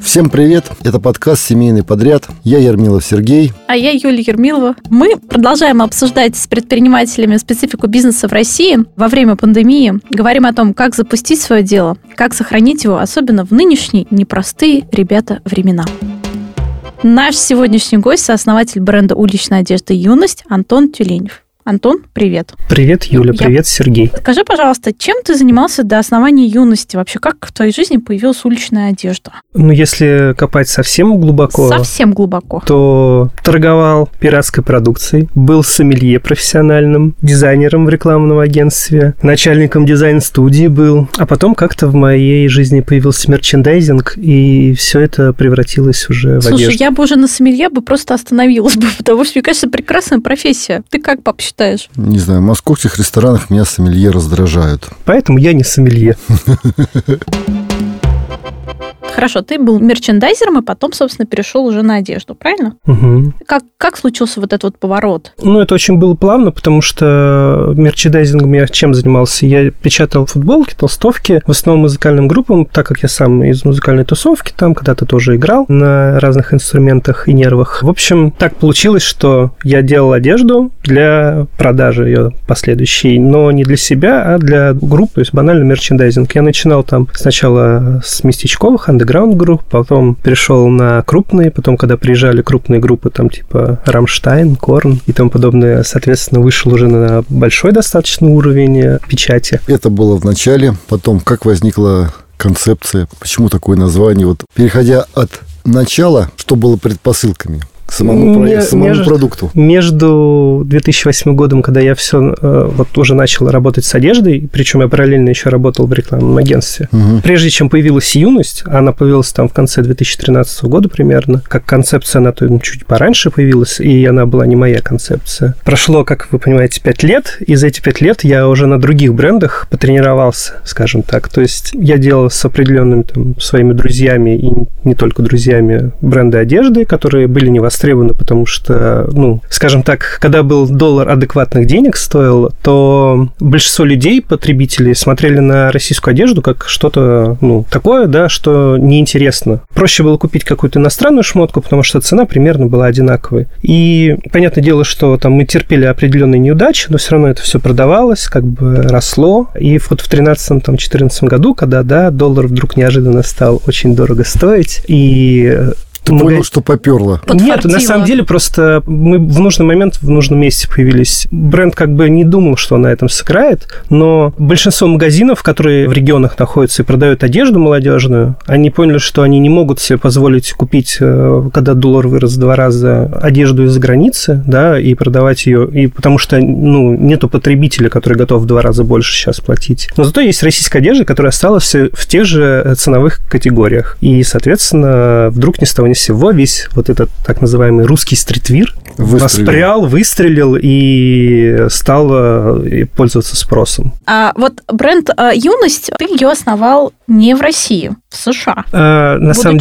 Всем привет! Это подкаст «Семейный подряд». Я Ермилов Сергей. А я Юлия Ермилова. Мы продолжаем обсуждать с предпринимателями специфику бизнеса в России во время пандемии. Говорим о том, как запустить свое дело, как сохранить его, особенно в нынешние непростые, ребята, времена. Наш сегодняшний гость – сооснователь бренда уличной одежды «Юность» Антон Тюленев. Антон, привет. Привет, Юля, привет, Сергей. Скажи, пожалуйста, чем ты занимался до основания «Юности»? Вообще, как в твоей жизни появилась уличная одежда? Ну, если копать совсем глубоко, то торговал пиратской продукцией, был сомелье профессиональным, дизайнером в рекламном агентстве, начальником дизайн-студии был, а потом как-то в моей жизни появился мерчендайзинг, и все это превратилось уже в одежду. Слушай, я бы уже на сомелье просто остановилась бы, потому что, мне кажется, прекрасная профессия. Ты как, пап, считаешь? Не знаю, в московских ресторанах меня сомелье раздражают. Поэтому я не сомелье. Хорошо, ты был мерчендайзером и потом, собственно, перешел уже на одежду, правильно? Угу. Как случился вот этот вот поворот? Ну, это очень было плавно, потому что мерчендайзингом я чем занимался? Я печатал футболки, толстовки, в основном музыкальным группам, так как я сам из музыкальной тусовки, там когда-то тоже играл на разных инструментах и нервах. В общем, так получилось, что я делал одежду для продажи ее последующей, но не для себя, а для групп, то есть банально мерчендайзинг. Я начинал там сначала с местечковых, андеграунд-групп, потом перешел на крупные, потом, когда приезжали крупные группы, там типа Рамштайн, Корн и тому подобное, соответственно, вышел уже на большой достаточно уровень печати. Это было в начале, потом как возникла концепция, почему такое название, вот переходя от начала, что было предпосылками? К самому продукту. Между 2008 годом, когда я все вот уже начал работать с одеждой, причем я параллельно еще работал в рекламном агентстве. Угу. Прежде чем появилась «Юность», она появилась там в конце 2013 года примерно, как концепция она чуть пораньше появилась, и она была не моя концепция. Прошло, как вы понимаете, 5 лет, и за эти 5 лет я уже на других брендах потренировался, скажем так. То есть я делал с определенными там своими друзьями и не только друзьями бренды одежды, которые были не востребованы, потому что, ну, скажем так, когда был доллар адекватных денег стоил, то большинство людей, потребителей, смотрели на российскую одежду как что-то, ну, такое, да, что неинтересно. Проще было купить какую-то иностранную шмотку, потому что цена примерно была одинаковой. И понятное дело, что там мы терпели определенные неудачи, но все равно это все продавалось, как бы росло. И вот в 2013-2014 году, когда, да, доллар вдруг неожиданно стал очень дорого стоить, и ты понял, что попёрло? Нет, на самом деле просто мы в нужный момент, в нужном месте появились. Бренд как бы не думал, что он на этом сыграет, но большинство магазинов, которые в регионах находятся и продают одежду молодежную, они поняли, что они не могут себе позволить купить, когда доллар вырос в 2 раза, одежду из-за границы, да, и продавать ее, и потому что, ну, нету потребителя, который готов в 2 раза больше сейчас платить. Но зато есть российская одежда, которая осталась в тех же ценовых категориях. И, соответственно, вдруг ни с того ни с сего весь вот этот так называемый русский стритвир выстрелил и стал пользоваться спросом. А вот бренд «Юность», ты ее основал не в России, в США. На самом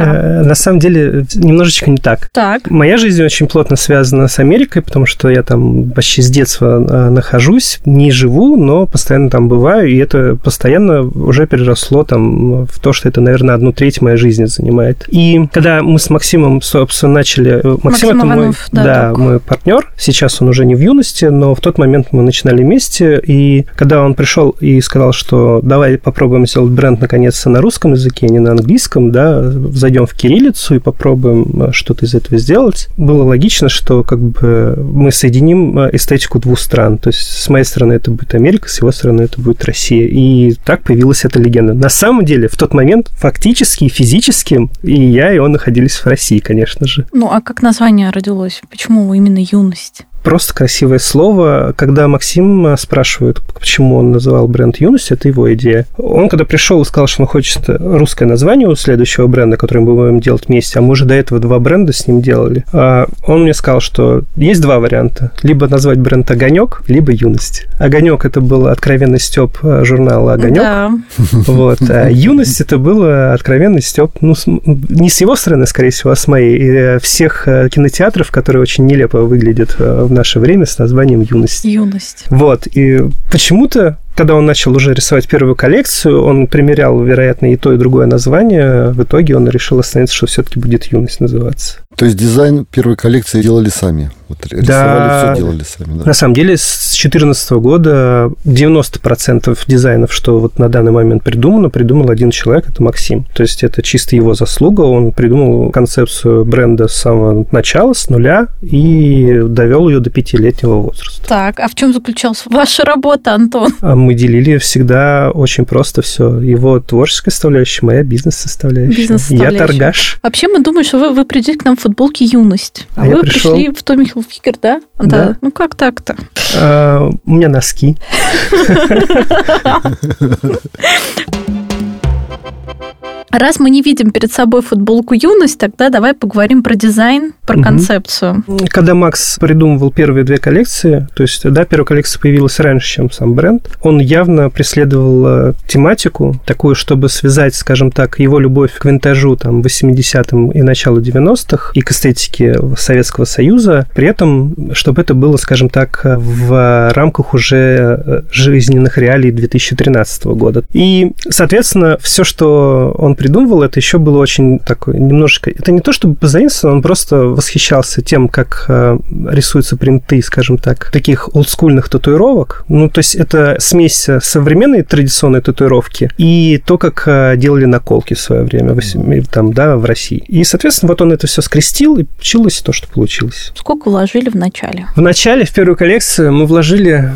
деле, немножечко не так. Моя жизнь очень плотно связана с Америкой, потому что я там почти с детства нахожусь, не живу, но постоянно там бываю, и это постоянно уже переросло там в то, что это, наверное, 1/3 моей жизни занимает. И когда мы с Максимом, собственно, начали... Максим это Иванов, мой партнер. Сейчас он уже не в «Юности», но в тот момент мы начинали вместе, и когда он пришел и сказал, что давай попробуем сделать бренд наконец-то на русском языке, не на английском, да, зайдем в кириллицу и попробуем что-то из этого сделать, было логично, что как бы мы соединим эстетику 2 стран. То есть с моей стороны это будет Америка, с его стороны это будет Россия. И так появилась эта легенда. На самом деле, в тот момент фактически и физически и я, и он находились в России, конечно же. Ну, а как название родилось? Почему именно «Юность»? Просто красивое слово. Когда Максим спрашивает, почему он называл бренд «Юность», это его идея. Он, когда пришел и сказал, что он хочет русское название у следующего бренда, который мы будем делать вместе, а мы уже до этого 2 бренда с ним делали, он мне сказал, что есть 2 варианта. Либо назвать бренд «Огонек», либо «Юность». «Огонек» — это был откровенный стёб журнала «Огонек». Да. Вот. А «Юность» — это был откровенный стёб, ну, не с его стороны, скорее всего, а с моей. Всех кинотеатров, которые очень нелепо выглядят в наше время с названием «Юность». «Юность». Вот. И почему-то когда он начал уже рисовать первую коллекцию, он примерял, вероятно, и то, и другое название. В итоге он решил остановиться, что все-таки будет «Юность» называться. То есть дизайн первой коллекции делали сами? Вот рисовали, все делали сами, да? На самом деле, с 2014 года 90% дизайнов, что вот на данный момент придумал один человек, это Максим. То есть это чисто его заслуга. Он придумал концепцию бренда с самого начала, с нуля, и довел ее до 5-летнего возраста. Так, а в чем заключалась ваша работа, Антон? Мы делили всегда очень просто все. Его творческая составляющая, моя бизнес-составляющая. Я торгаш. Вообще мы думаем, что вы придете к нам в футболке «Юность». А вы пришли в Tommy Hilfiger, да? Да. Ну, как так-то? У меня носки. Раз мы не видим перед собой футболку «Юность», тогда давай поговорим про дизайн, про концепцию. Когда Макс придумывал первые две коллекции, то есть, да, первая коллекция появилась раньше, чем сам бренд, он явно преследовал тематику такую, чтобы связать, скажем так, его любовь к винтажу там 80-м и началу 90-х и к эстетике Советского Союза, при этом, чтобы это было, скажем так, в рамках уже жизненных реалий 2013 года. И, соответственно, все, что он придумывал, это еще было очень такое немножечко... Это не то, чтобы позаимствовано, он просто восхищался тем, как рисуются принты, скажем так, таких олдскульных татуировок. Ну, то есть это смесь современной традиционной татуировки и то, как делали наколки в свое время там, да, в России. И, соответственно, вот он это все скрестил, и получилось то, что получилось. Сколько вложили в начале? В начале, в первую коллекцию, мы вложили,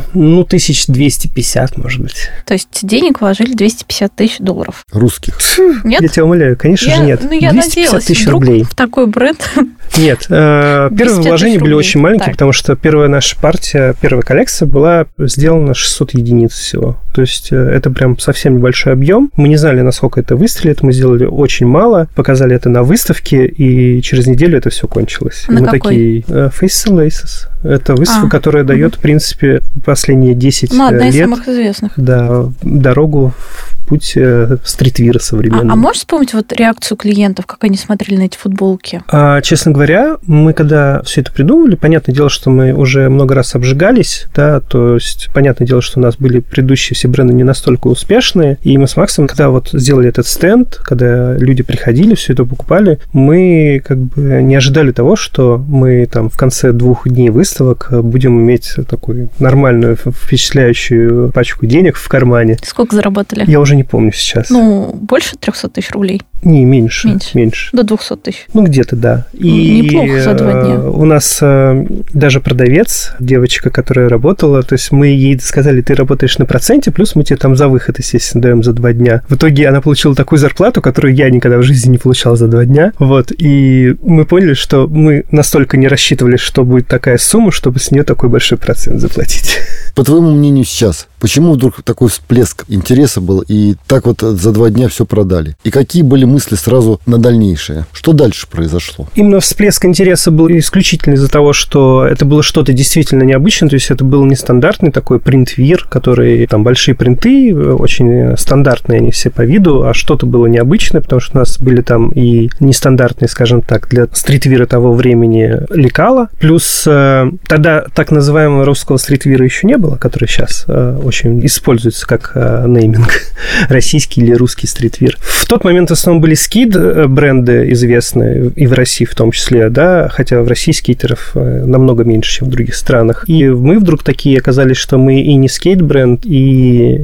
1250, может быть. То есть денег вложили $250 тысяч. Русских? Нет? Я тебя умоляю, конечно же, нет. Я 250 тысяч рублей. В такой бренд. Нет, первые вложения были очень маленькие, потому что первая наша партия, первая коллекция была сделана 600 единиц всего. То есть это прям совсем небольшой объем. Мы не знали, насколько это выстрелит, мы сделали очень мало, показали это на выставке, и через неделю это все кончилось. На мы какой? такие Faces and Laces. Это выставка, которая дает, в принципе, последние 10 лет. Одна из самых известных. Да, дорогу в путь стритвира современного. А можешь вспомнить вот реакцию клиентов, как они смотрели на эти футболки? Честно говоря, мы когда все это придумывали, понятное дело, что мы уже много раз обжигались, да, то есть понятное дело, что у нас были предыдущие все бренды не настолько успешные, и мы с Максом, когда вот сделали этот стенд, когда люди приходили, все это покупали, мы как бы не ожидали того, что мы там в конце 2 дней выставок будем иметь такую нормальную, впечатляющую пачку денег в кармане. Сколько заработали? Я уже не помню сейчас. Больше 300 тысяч рублей? Не, меньше. До 200 тысяч. Где-то, да. И неплохо за 2 дня. У нас даже продавец, девочка, которая работала, то есть мы ей сказали, ты работаешь на проценте, плюс мы тебе там за выход, естественно, даем за 2 дня. В итоге она получила такую зарплату, которую я никогда в жизни не получал за 2 дня. Вот. И мы поняли, что мы настолько не рассчитывали, что будет такая сумма, чтобы с нее такой большой процент заплатить. По твоему мнению сейчас, почему вдруг такой всплеск интереса был, и так вот за 2 дня все продали? И какие были мысли сразу на дальнейшее? Что дальше произошло? Именно всплеск интереса был исключительно из-за того, что это было что-то действительно необычное, то есть это был нестандартный такой принт-вир, который, там, большие принты, очень стандартные они все по виду, а что-то было необычное, потому что у нас были там и нестандартные, скажем так, для стритвира того времени лекала, плюс тогда так называемого русского стритвира еще не было, который сейчас очень используется как нейминг, российский или русский стритвир. В тот момент в основном были скейт-бренды известные, и в России в том числе, да, хотя в России скейтеров намного меньше, чем в других странах. И мы вдруг такие оказались, что мы и не скейт-бренд, и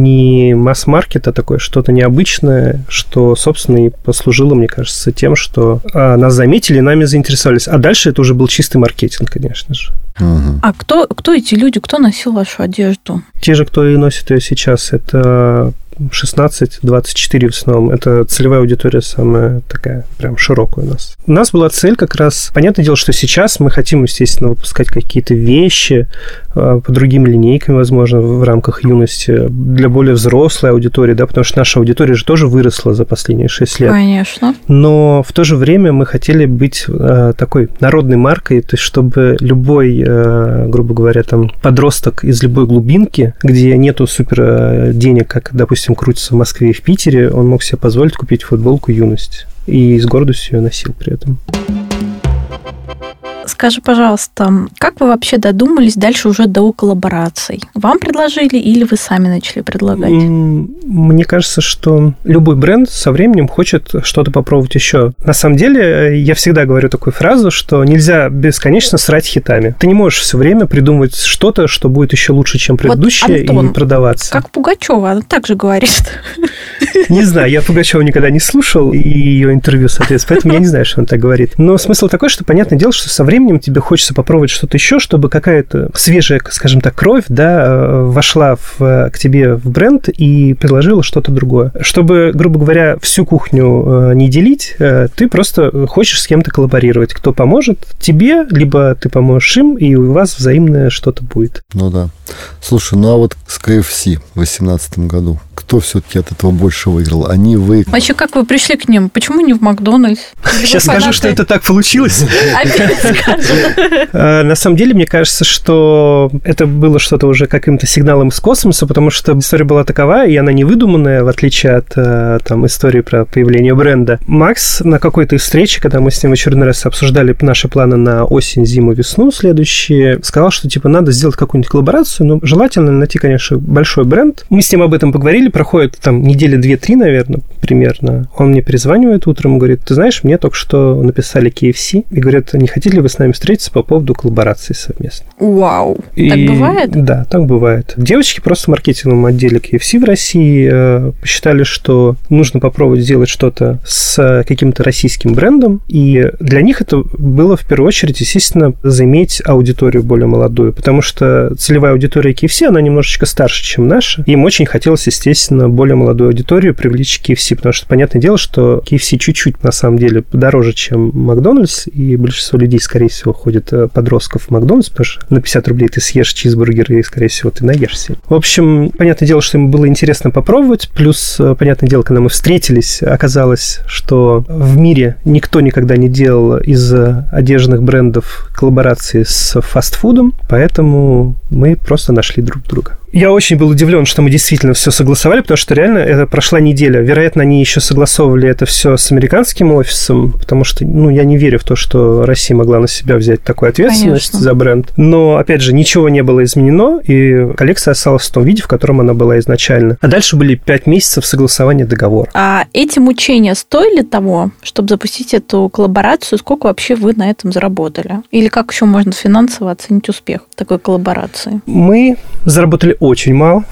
не масс-маркет, а такое что-то необычное, что, собственно, и послужило, мне кажется, тем, что нас заметили, нами заинтересовались. А дальше это уже был чистый маркетинг, конечно же. А кто эти люди, кто носил вашу одежду? Те же, кто и носит ее сейчас, это 16-24 в основном. Это целевая аудитория самая такая, прям широкая у нас. У нас была цель как раз... Понятное дело, что сейчас мы хотим, естественно, выпускать какие-то вещи по другим линейкам, возможно, в рамках юности, для более взрослой аудитории, да, потому что наша аудитория же тоже выросла за последние 6 лет. Конечно. Но в то же время мы хотели быть такой народной маркой, то есть чтобы любой, грубо говоря, там, подросток из любой глубинки, где нету супер денег, как, допустим, крутится в Москве и в Питере, он мог себе позволить купить футболку «Юность». И с гордостью ее носил при этом. скажи, пожалуйста, как вы вообще додумались дальше уже до коллабораций? Вам предложили или вы сами начали предлагать? Мне кажется, что любой бренд со временем хочет что-то попробовать еще. На самом деле, я всегда говорю такую фразу, что нельзя бесконечно срать хитами. Ты не можешь все время придумывать что-то, что будет еще лучше, чем предыдущее, вот, Антон, и продаваться. Как Пугачева, она так же говорит. Не знаю, я Пугачева никогда не слушал, и ее интервью, соответственно, поэтому я не знаю, что она так говорит. Но смысл такой, что, понятное дело, что со временем тебе хочется попробовать что-то еще, чтобы какая-то свежая, скажем так, кровь, да, вошла к тебе в бренд и предложила что-то другое. Чтобы, грубо говоря, всю кухню не делить, ты просто хочешь с кем-то коллаборировать. Кто поможет тебе, либо ты поможешь им, и у вас взаимное что-то будет. Ну да. Слушай, ну а вот с KFC в 2018 году, кто все-таки от этого больше выиграл? Они выиграли. Вообще, как вы пришли к ним? Почему не в Макдональдс? Сейчас скажу, что это так получилось. Опять скажу. На самом деле, мне кажется, что это было что-то уже каким-то сигналом из космоса, потому что история была такова, и она не выдуманная, в отличие от там, истории про появление бренда. Макс на какой-то встрече, когда мы с ним в очередной раз обсуждали наши планы на осень, зиму, весну следующие, сказал, что типа надо сделать какую-нибудь коллаборацию, но желательно найти, конечно, большой бренд. Мы с ним об этом поговорили, проходит там недели 2-3, наверное, примерно. Он мне перезванивает утром и говорит: ты знаешь, мне только что написали KFC и говорят, не хотели ли вы с нами встретиться по поводу коллаборации совместно. Вау. Так бывает? Да, так бывает. Девочки просто в маркетинговом отделе KFC в России посчитали, что нужно попробовать сделать что-то с каким-то российским брендом, и для них это было в первую очередь, естественно, заиметь аудиторию более молодую, потому что целевая аудитория KFC, она немножечко старше, чем наша. Им очень хотелось, естественно, более молодую аудиторию привлечь к KFC, потому что, понятное дело, что KFC чуть-чуть, на самом деле, дороже, чем Макдональдс, и большинство людей, скорее всего, ходят подростков в Макдональдс, потому что на 50 рублей ты съешь чизбургер, и, скорее всего, ты наешься. В общем, понятное дело, что им было интересно попробовать, плюс, понятное дело, когда мы встретились, оказалось, что в мире никто никогда не делал из одежных брендов коллаборации с фастфудом, поэтому мы просто нашли друг друга. Я очень был удивлен, что мы действительно все согласовали, потому что реально это прошла неделя. Вероятно, они еще согласовывали это все с американским офисом, потому что, я не верю в то, что Россия могла на себя взять такую ответственность за бренд. Но, опять же, ничего не было изменено, и коллекция осталась в том виде, в котором она была изначально. А дальше были 5 месяцев согласования договора. А эти мучения стоили того, чтобы запустить эту коллаборацию? Сколько вообще вы на этом заработали? Или как еще можно финансово оценить успех такой коллаборации? Мы заработали очень мало.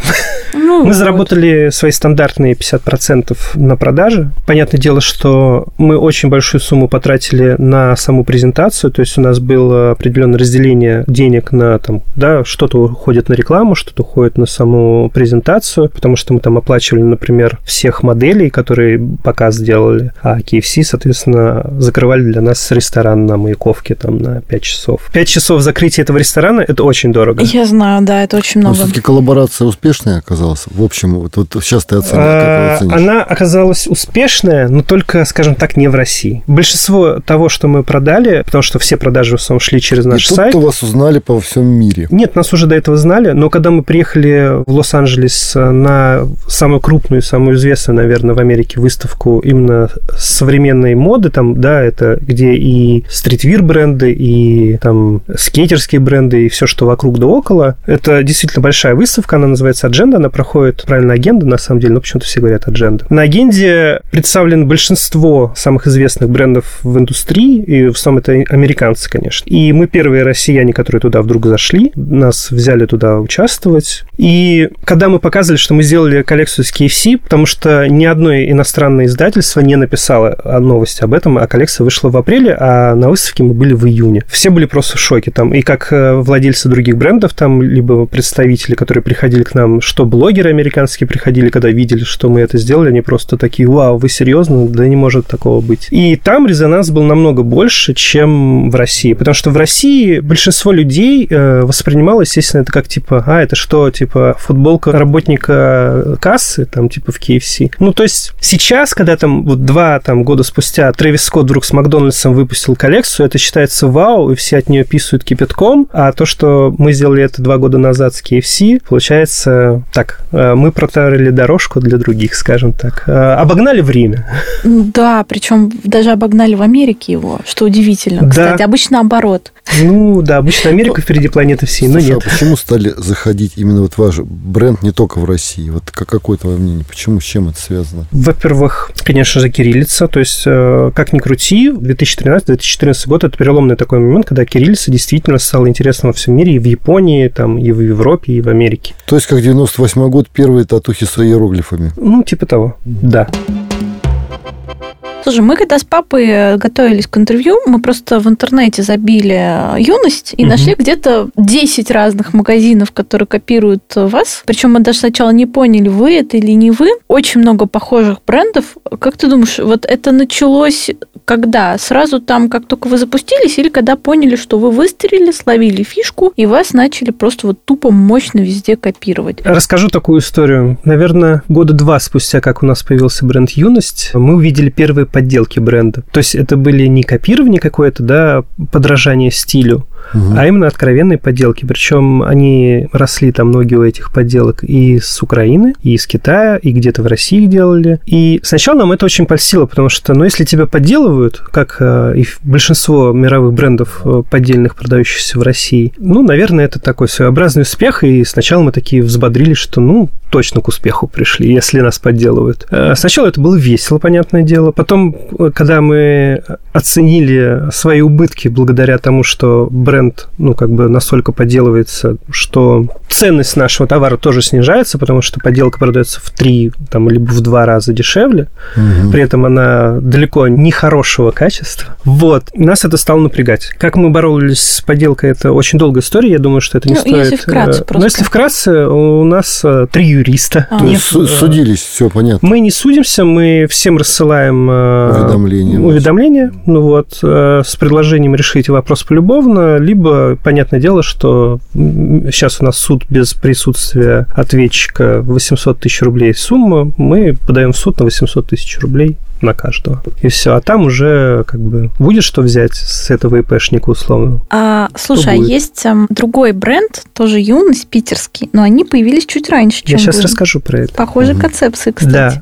Мы заработали свои стандартные 50% на продаже. Понятное дело, что мы очень большую сумму потратили на саму презентацию, то есть у нас было определенное разделение денег на что-то уходит на рекламу, что-то уходит на саму презентацию, потому что мы там оплачивали, например, всех моделей, которые показ сделали, а KFC, соответственно, закрывали для нас ресторан на Маяковке на 5 часов. 5 часов закрытия этого ресторана – это очень дорого. Я знаю, да, это очень много. Но все-таки коллаборация успешная оказалась? В общем, вот сейчас ты оценишь. Она оказалась успешная, но только, скажем так, не в России. Большинство того, что мы продали, потому что все продажи в основном шли через наш сайт. И тут вас узнали по всему мире. Нет, нас уже до этого знали, но когда мы приехали в Лос-Анджелес на самую крупную, самую известную, наверное, в Америке выставку именно современной моды, это где и стритвир бренды, и там скейтерские бренды, и все, что вокруг да около. Это действительно большая выставка, она называется Agenda, она проходит, правильно, Агенда, на самом деле, но почему-то все говорят Agenda. На Агенде представлено большинство самых известных брендов в индустрии, и в основном это американцы, конечно. И мы первые россияне, которые туда вдруг зашли, нас взяли туда участвовать. И когда мы показывали, что мы сделали коллекцию с KFC, потому что ни одно иностранное издательство не написало новости об этом, а коллекция вышла в апреле, а на выставке мы были в июне. Все были просто в шоке. И как владельцы других брендов, либо представители, которые приходили к нам, что блогеры американские приходили, когда видели, что мы это сделали, они просто такие: вау, вы серьезно? Да не может такого быть. И там резонанс был намного больше, чем в России, потому что в России большинство людей воспринимало, естественно, это как это что, футболка работника кассы, в KFC. То есть сейчас, когда 2 года спустя Трэвис Скотт вдруг с Макдональдсом выпустил коллекцию, это считается вау, и все от нее писают кипятком, а то, что мы сделали это 2 года назад с KFC, получается так, мы протарили дорожку для других, скажем так. Обогнали время. Да, причем даже обогнали в Америке его, что удивительно. Кстати, обычно наоборот. Ну, да, обычно Америка впереди планеты всей, но нет. А почему стали заходить именно вот ваш бренд не только в России? Вот какое твое мнение? Почему, с чем это связано? Во-первых, конечно же, кириллица. То есть, как ни крути, 2013-2014 год – это переломный такой момент, когда кириллица действительно стала интересна во всем мире, и в Японии, там, и в Европе, и в Америке. То есть, как 98 год, первые татухи с иероглифами? Ну, типа того, да. Слушай, мы когда с папой готовились к интервью, мы просто в интернете забили «Юность» и нашли где-то 10 разных магазинов, которые копируют вас. Причем мы даже сначала не поняли, вы это или не вы. Очень много похожих брендов. Как ты думаешь, вот это началось когда? Сразу там, как только вы запустились, или когда поняли, что вы выстрелили, словили фишку, и вас начали просто вот тупо мощно везде копировать? Расскажу такую историю. Наверное, 2 года спустя, как у нас появился бренд «Юность», мы увидели первые подделки бренда. То есть это были не копирование какое-то, да, подражание стилю, а именно откровенные подделки. Причем они росли там, многие у этих подделок, и с Украины, и из Китая, и где-то в России их делали. И сначала нам это очень польстило, потому что, ну, если тебя подделывают, как и большинство мировых брендов поддельных, продающихся в России, ну, наверное, это такой своеобразный успех, и сначала мы такие взбодрились, что, ну, точно к успеху пришли, если нас подделывают. Сначала это было весело, понятное дело. Потом, когда мы оценили свои убытки благодаря тому, что бренд, ну, как бы настолько подделывается, что ценность нашего товара тоже снижается, потому что подделка продается в 3, там, либо в 2 раза дешевле, при этом она далеко не хорошего качества. Вот. Нас это стало напрягать. Как мы боролись с подделкой, это очень долгая история, я думаю, что это не стоит. Если вкратце просто. Но если вкратце, у нас 3 юриста. То есть судились, все понятно. Мы не судимся, мы всем рассылаем уведомления, ну вот, с предложением решить вопрос полюбовно, либо, понятное дело, что сейчас у нас суд без присутствия ответчика 800 тысяч рублей сумма, мы подаем в суд на 800 тысяч рублей на каждого. И все. А там уже как бы будет что взять с этого ИПшника условно. Слушай, а есть другой бренд, тоже «Юность», питерский, но они появились чуть раньше, чем я сейчас вы. расскажу про это. Похожие концепции, кстати. Да.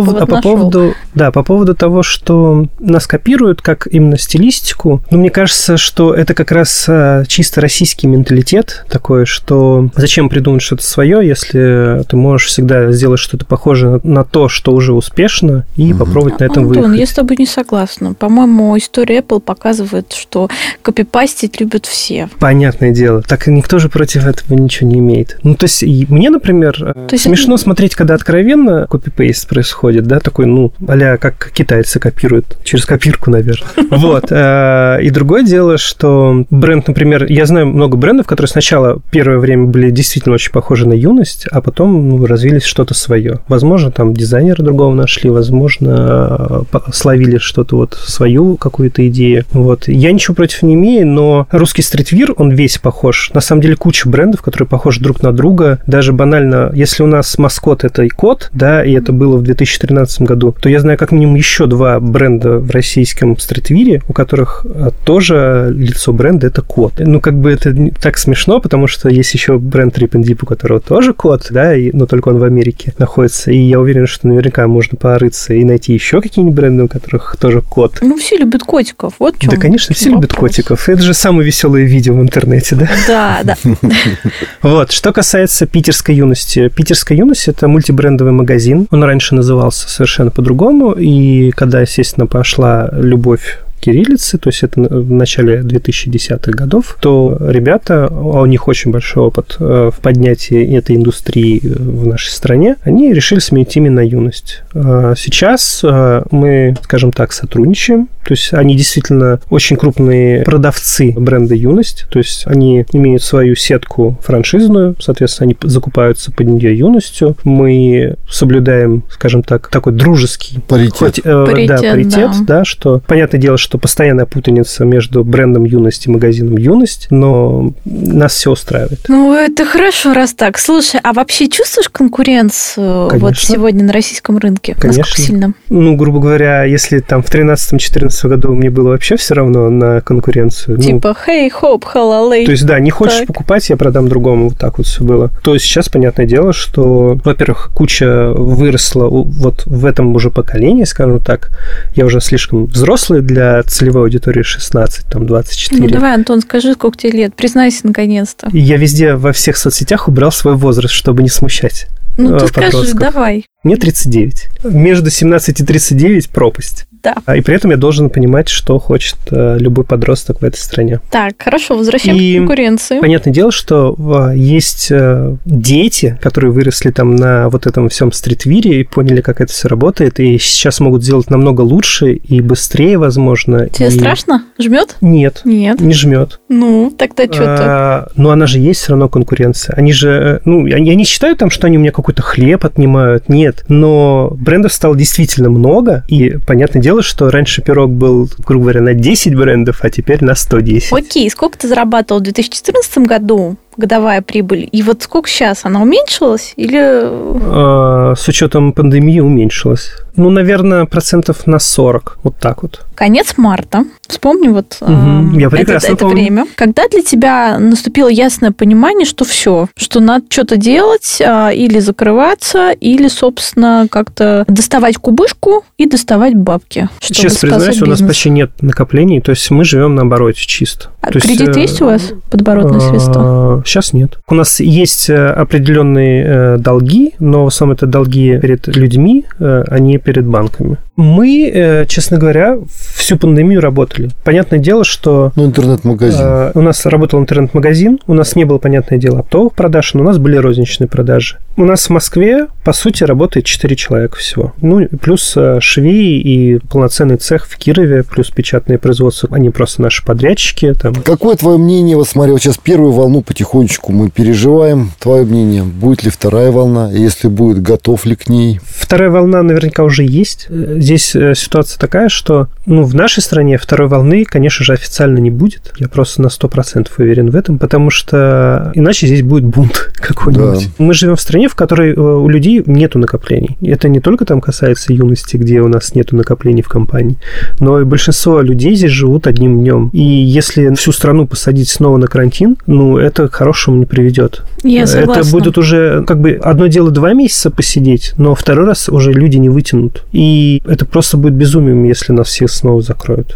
По поводу того, что нас копируют, как именно стилистику, ну, мне кажется, что это как раз чисто российский менталитет такой, что зачем придумать что-то свое, если ты можешь всегда сделать что-то похожее на то, что уже успешно, и попробовать на этом выехать. Я с тобой не согласна. По-моему, история Apple показывает, что копипастить любят все. Понятное дело. Так никто же против этого ничего не имеет. Ну, то есть, мне, например, смешно смотреть, когда откровенно копипейст происходит, да, такой, ну, а-ля как китайцы копируют, через копирку, наверное. Вот. И другое дело, что бренд, например, я знаю много брендов, которые сначала первое время были действительно очень похожи на «Юность», а потом развились что-то свое. Возможно, там дизайнера другого нашли, возможно, словили что-то вот свою какую-то идею. Вот. Я ничего против не имею, но русский стритвир, он весь похож. На самом деле куча брендов, которые похожи друг на друга. Даже банально, если у нас маскот – это кот, да, и это было в 2013 году, то я знаю как минимум еще 2 бренда в российском стритвире, у которых тоже лицо бренда – это кот. Ну, как бы это так смешно, потому что есть еще бренд Trip and Dip, у которого тоже кот, да, но только он в Америке находится. И я уверен, что наверняка можно порыться и найти еще какие-нибудь бренды, у которых тоже кот. Ну, все любят котиков, вот в чем. Да, конечно, все любят котиков. Это же самое веселое видео в интернете, да? Да. Вот, что касается питерской «Юности». Питерская «Юность» – это мультибрендовый магазин. Он раньше назывался совершенно по-другому, и когда, естественно, пошла любовь кириллицы, то есть это в начале 2010-х годов, то ребята, у них очень большой опыт в поднятии этой индустрии в нашей стране, они решили сменить имя на «Юность». Сейчас мы, скажем так, сотрудничаем, то есть они действительно очень крупные продавцы бренда «Юность», то есть они имеют свою сетку франшизную, соответственно, они закупаются под нее «Юностью». Мы соблюдаем, скажем так, такой дружеский паритет, да, что, понятное дело, что постоянная путаница между брендом «Юность» и магазином «Юность», но нас все устраивает. Ну, это хорошо, раз так. Слушай, а вообще чувствуешь конкуренцию вот сегодня на российском рынке? Конечно. Насколько сильно? Ну, грубо говоря, если там в 2013-2014 году мне было вообще все равно на конкуренцию. Типа, хей-хоп, халалей. То есть, да, не хочешь покупать, я продам другому. Вот так вот все было. То есть, сейчас, понятное дело, что, во-первых, куча выросла вот в этом уже поколении, скажем так. Я уже слишком взрослый для целевой аудитории 16, там 24. Ну, давай, Антон, скажи, сколько тебе лет? Признайся, наконец-то. Я везде, во всех соцсетях убрал свой возраст, чтобы не смущать. Ну, ты скажи, давай. Мне 39. Между 17 и 39 пропасть. Да. И при этом я должен понимать, что хочет любой подросток в этой стране. Так, хорошо, возвращаемся к конкуренции. Понятное дело, что есть дети, которые выросли там на вот этом всем стритвире и поняли, как это все работает, и сейчас могут сделать намного лучше и быстрее, возможно. Тебе страшно? Жмет? Нет. Нет. Не жмет. Ну, тогда что-то. Но она же есть все равно конкуренция. Они же, я не считаю там, что они у меня какой-то хлеб отнимают. Нет. Но брендов стало действительно много, и понятное дело, что раньше пирог был, грубо говоря, на 10 брендов, а теперь на 110. Окей, сколько ты зарабатывал в 2014 году? Годовая прибыль. И вот сколько сейчас? Она уменьшилась или... С учетом пандемии уменьшилась. Ну, наверное, процентов на 40. Вот так вот. Конец марта. Вспомни вот Я прекрасно это помню. время. Когда для тебя наступило ясное понимание, что все, что надо что-то делать, или закрываться, или, собственно, как-то доставать кубышку и доставать бабки? Честно признаюсь, у нас почти нет накоплений, то есть мы живем на обороте чисто. А кредит есть у вас? Подоборотные средства? Сейчас нет. У нас есть определенные долги, но в основном это долги перед людьми, а не перед банками. Мы, честно говоря, всю пандемию работали. Понятное дело, что... интернет-магазин. У нас работал интернет-магазин, у нас не было, понятное дело, оптовых продаж, но у нас были розничные продажи. У нас в Москве, по сути, работает 4 человека всего. Ну, плюс швеи и полноценный цех в Кирове, плюс печатное производство. Они просто наши подрядчики. Там. Какое твое мнение? Вот смотри, вот сейчас первую волну потихонечку мы переживаем. Твое мнение, будет ли вторая волна? Если будет, готов ли к ней? Вторая волна наверняка уже есть. Здесь ситуация такая, что в нашей стране второй волны, конечно же, официально не будет. Я просто на 100% уверен в этом, потому что иначе здесь будет бунт какой-нибудь. Да. Мы живем в стране, в которой у людей нету накоплений. Это не только там касается юности, где у нас нету накоплений в компании, но и большинство людей здесь живут одним днем. И если всю страну посадить снова на карантин, это к хорошему не приведет. Я согласна. Это будет уже одно дело 2 месяца посидеть, но второй раз уже люди не вытянут. И это просто будет безумием, если нас всех снова закроют.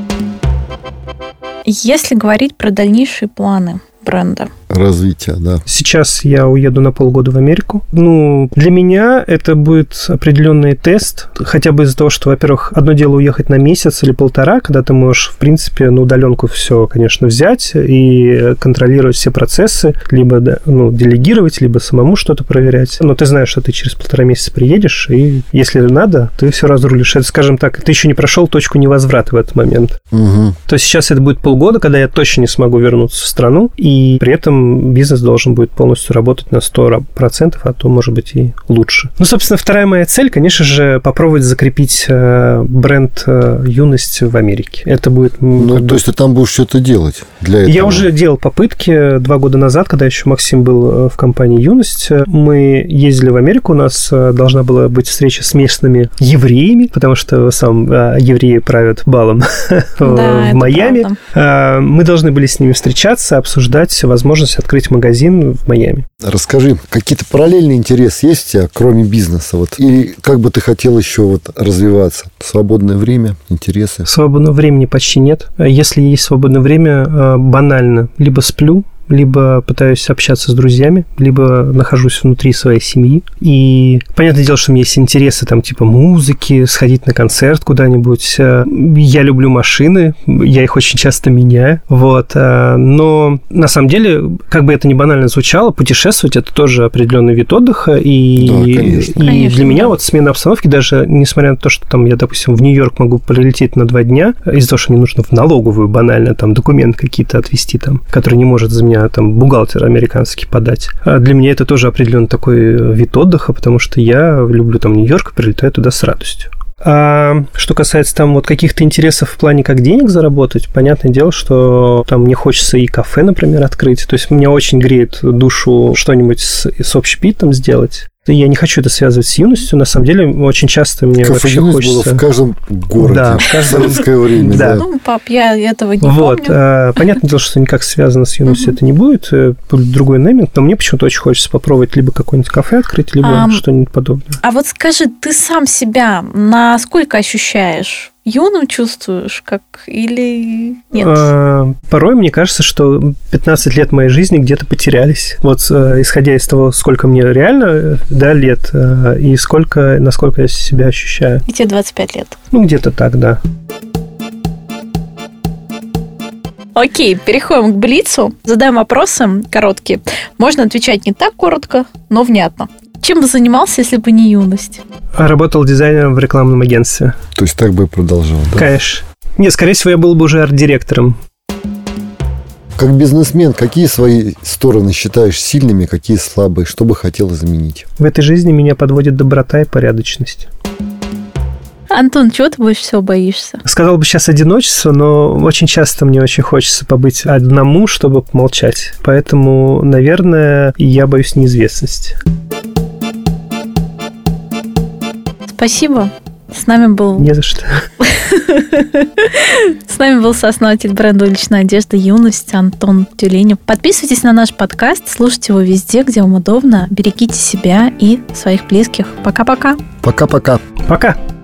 Если говорить про дальнейшие планы бренда. Развития, да. Сейчас я уеду на полгода в Америку. Для меня это будет определенный тест, хотя бы из-за того, что, во-первых, одно дело уехать на месяц или полтора, когда ты можешь, в принципе, на удаленку все, конечно, взять и контролировать все процессы, либо делегировать, либо самому что-то проверять. Но ты знаешь, что ты через 1,5 месяца приедешь, и если надо, ты все разрулишь. Это, скажем так, ты еще не прошел точку невозврата в этот момент. Угу. То есть сейчас это будет полгода, когда я точно не смогу вернуться в страну, и при этом бизнес должен будет полностью работать на 100%, а то, может быть, и лучше. Собственно, вторая моя цель, конечно же, попробовать закрепить бренд «Юность» в Америке. Это будет... то есть ты там будешь что-то делать для этого? Я уже делал попытки 2 года назад, когда еще Максим был в компании «Юность». Мы ездили в Америку, у нас должна была быть встреча с местными евреями, потому что сам евреи правят балом в Майами. Правда. Мы должны были с ними встречаться, обсуждать возможность открыть магазин в Майами. Расскажи, какие-то параллельные интересы есть у тебя, кроме бизнеса? И как бы ты хотел еще развиваться? Свободное время, интересы? Свободного времени почти нет. Если есть свободное время, банально. Либо сплю, либо пытаюсь общаться с друзьями, либо нахожусь внутри своей семьи. И понятное дело, что у меня есть интересы, типа музыки, сходить на концерт куда-нибудь. Я люблю машины, я их очень часто меняю. Но на самом деле, как бы это ни банально звучало, путешествовать – это тоже определенный вид отдыха. И для меня смена обстановки, даже несмотря на то, что я, допустим, в Нью-Йорк могу прилететь на 2 дня, из-за того, что мне нужно в налоговую банально документы какие-то отвезти, который не может за меня бухгалтер американский подать. А для меня это тоже определенный такой вид отдыха, потому что я люблю Нью-Йорк и прилетаю туда с радостью. А что касается каких-то интересов в плане, как денег заработать, понятное дело, что мне хочется и кафе, например, открыть. То есть меня очень греет душу что-нибудь с общепитом сделать. Я не хочу это связывать с юностью. На самом деле, очень часто мне вообще хочется... было в каждом городе. Да, в каждом... советское время. Да. Пап, я этого не помню. Понятное дело, что никак связано с юностью это не будет. Будет другой нейминг, но мне почему-то очень хочется попробовать либо какое-нибудь кафе открыть, либо что-нибудь подобное. А скажи, ты сам себя насколько ощущаешь юным чувствуешь, как или нет? Порой мне кажется, что 15 лет моей жизни где-то потерялись. Вот исходя из того, сколько мне реально лет, и насколько я себя ощущаю. И тебе 25 лет. Где-то так, да. Окей, переходим к блицу. Задаем вопросы короткие. Можно отвечать не так коротко, но внятно. Чем бы занимался, если бы не юность? Работал дизайнером в рекламном агентстве. То есть так бы и продолжал, да? Конечно. Нет, скорее всего, я был бы уже арт-директором. Как бизнесмен, какие свои стороны считаешь сильными, какие слабые? Что бы хотел изменить? В этой жизни меня подводит доброта и порядочность. Антон, чего ты больше всего боишься? Сказал бы сейчас одиночество, но очень часто мне очень хочется побыть одному, чтобы помолчать. Поэтому, наверное, я боюсь неизвестности. Спасибо. С нами был... Не за что. С нами был сооснователь бренда уличной одежды «Юность» Антон Тюленев. Подписывайтесь на наш подкаст, слушайте его везде, где вам удобно. Берегите себя и своих близких. Пока-пока. Пока-пока. Пока.